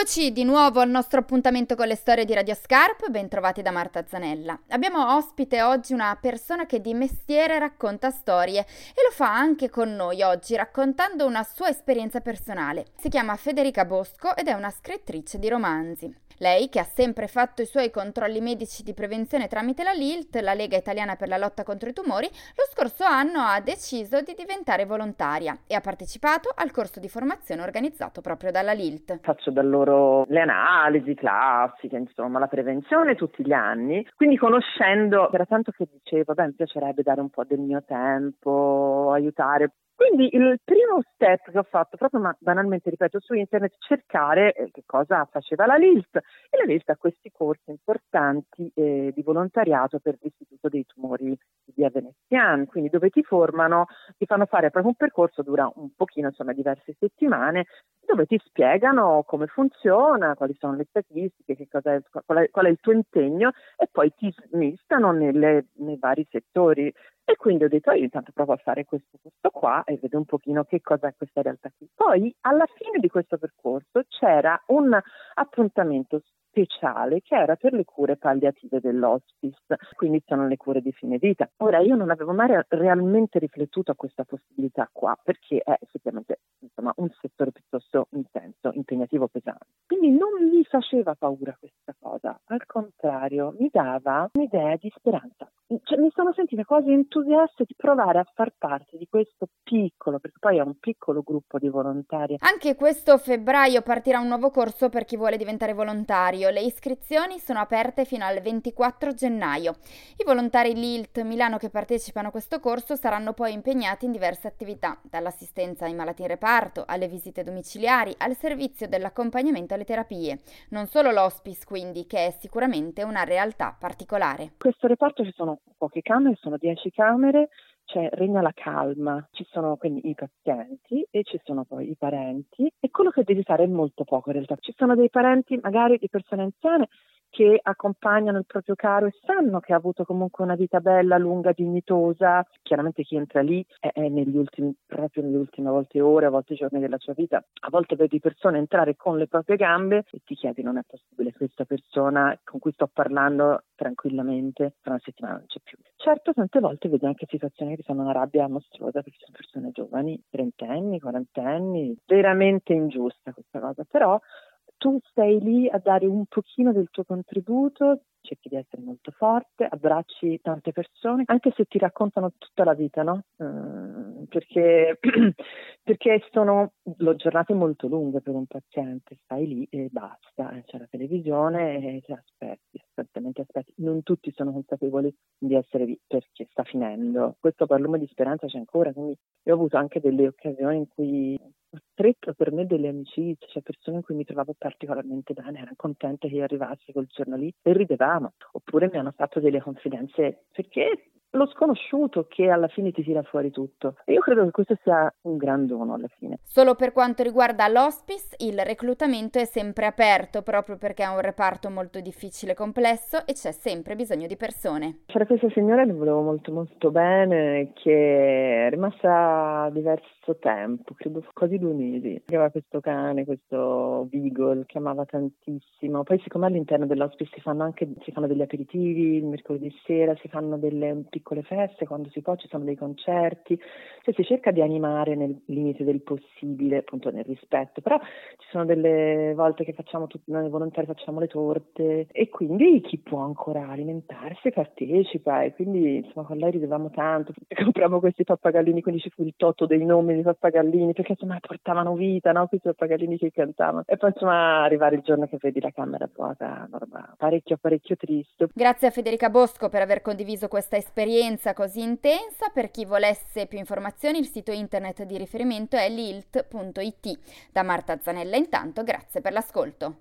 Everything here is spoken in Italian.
Eccoci di nuovo al nostro appuntamento con le storie di Radio Scarp, bentrovati da Marta Zanella. Abbiamo ospite oggi una persona che di mestiere racconta storie e lo fa anche con noi oggi raccontando una sua esperienza personale. Si chiama Federica Bosco ed è una scrittrice di romanzi. Lei, che ha sempre fatto i suoi controlli medici di prevenzione tramite la LILT, la Lega Italiana per la Lotta contro i Tumori, lo scorso anno ha deciso di diventare volontaria e ha partecipato al corso di formazione organizzato proprio dalla LILT. Faccio da loro le analisi classiche, insomma, la prevenzione tutti gli anni, quindi conoscendo, era tanto che dicevo, mi piacerebbe dare un po' del mio tempo, aiutare. Quindi il primo step che ho fatto, proprio banalmente, ripeto, su internet, cercare che cosa faceva la LILT, e la LILT ha questi corsi importanti di volontariato per l'Istituto dei Tumori di via Veneziana, quindi dove ti formano, ti fanno fare proprio un percorso, dura un pochino, insomma, diverse settimane, dove ti spiegano come funziona, quali sono le statistiche, qual è il tuo impegno, e poi ti smistano nei vari settori. E quindi ho detto, io intanto provo a fare questo qua e vedo un pochino che cosa è questa realtà qui. Poi alla fine di questo percorso c'era un appuntamento speciale che era per le cure palliative dell'hospice, quindi sono le cure di fine vita. Ora, io non avevo mai realmente riflettuto a questa possibilità qua, perché è effettivamente, insomma, un settore piuttosto intenso, impegnativo, pesante. Quindi non mi faceva paura questa cosa, al contrario, mi dava un'idea di speranza. Cioè, mi sono sentita quasi entusiasta di provare a far parte di questo piccolo, perché poi è un piccolo gruppo di volontari. Anche questo febbraio partirà un nuovo corso per chi vuole diventare volontario. Le iscrizioni sono aperte fino al 24 gennaio. I volontari LILT Milano che partecipano a questo corso saranno poi impegnati in diverse attività, dall'assistenza ai malati in reparto, alle visite domiciliari, al servizio dell'accompagnamento alle terapie. Non solo l'hospice, quindi, che è sicuramente una realtà particolare. In questo reparto ci sono poche camere, sono 10 camere, regna la calma, ci sono quindi i pazienti e ci sono poi i parenti, e quello che devi fare è molto poco in realtà. Ci sono dei parenti, magari di persone anziane, che accompagnano il proprio caro e sanno che ha avuto comunque una vita bella, lunga, dignitosa. Chiaramente chi entra lì è proprio nelle ultime volte ore, a volte giorni della sua vita. A volte vedi persone entrare con le proprie gambe e ti chiedi, non è possibile, questa persona con cui sto parlando tranquillamente tra una settimana non c'è più. Certo, tante volte vedi anche situazioni che fanno una rabbia mostruosa, perché sono persone giovani, trentenni, quarantenni, veramente ingiusta questa cosa, però tu stai lì a dare un pochino del tuo contributo, cerchi di essere molto forte, abbracci tante persone, anche se ti raccontano tutta la vita, no? Perché sono giornate molto lunghe per un paziente, stai lì e basta, c'è la televisione e ti aspetti, costantemente aspetti. Non tutti sono consapevoli di essere lì perché sta finendo. Questo barlume di speranza c'è ancora, quindi io ho avuto anche delle occasioni in cui ho stretto per me delle amicizie, cioè persone in cui mi trovavo particolarmente bene, erano contente che io arrivassi quel giorno lì e ridevamo, oppure mi hanno fatto delle confidenze, perché lo sconosciuto che alla fine ti tira fuori tutto. E io credo che questo sia un gran dono alla fine. Solo per quanto riguarda l'hospice, il reclutamento è sempre aperto, proprio perché è un reparto molto difficile e complesso e c'è sempre bisogno di persone. C'era questa signora che volevo molto molto bene, che è rimasta diverso tempo, credo quasi 2 mesi. Aveva questo cane, questo beagle, che amava tantissimo. Poi siccome all'interno dell'hospice si fanno degli aperitivi, il mercoledì sera si fanno delle piccole feste, quando si può ci sono dei concerti, cioè si cerca di animare nel limite del possibile, appunto nel rispetto, però ci sono delle volte che noi volontari facciamo le torte, e quindi chi può ancora alimentarsi partecipa, e quindi insomma con lei ridevamo tanto, compriamo questi pappagallini, quindi ci fu il totto dei nomi di pappagallini, perché insomma portavano vita, no? Questi pappagallini che cantavano, e poi insomma arrivare il giorno che vedi la camera vuota, una roba parecchio triste. Grazie a Federica Bosco per aver condiviso questa esperienza così intensa. Per chi volesse più informazioni, il sito internet di riferimento è lilt.it. Da Marta Zanella intanto, grazie per l'ascolto.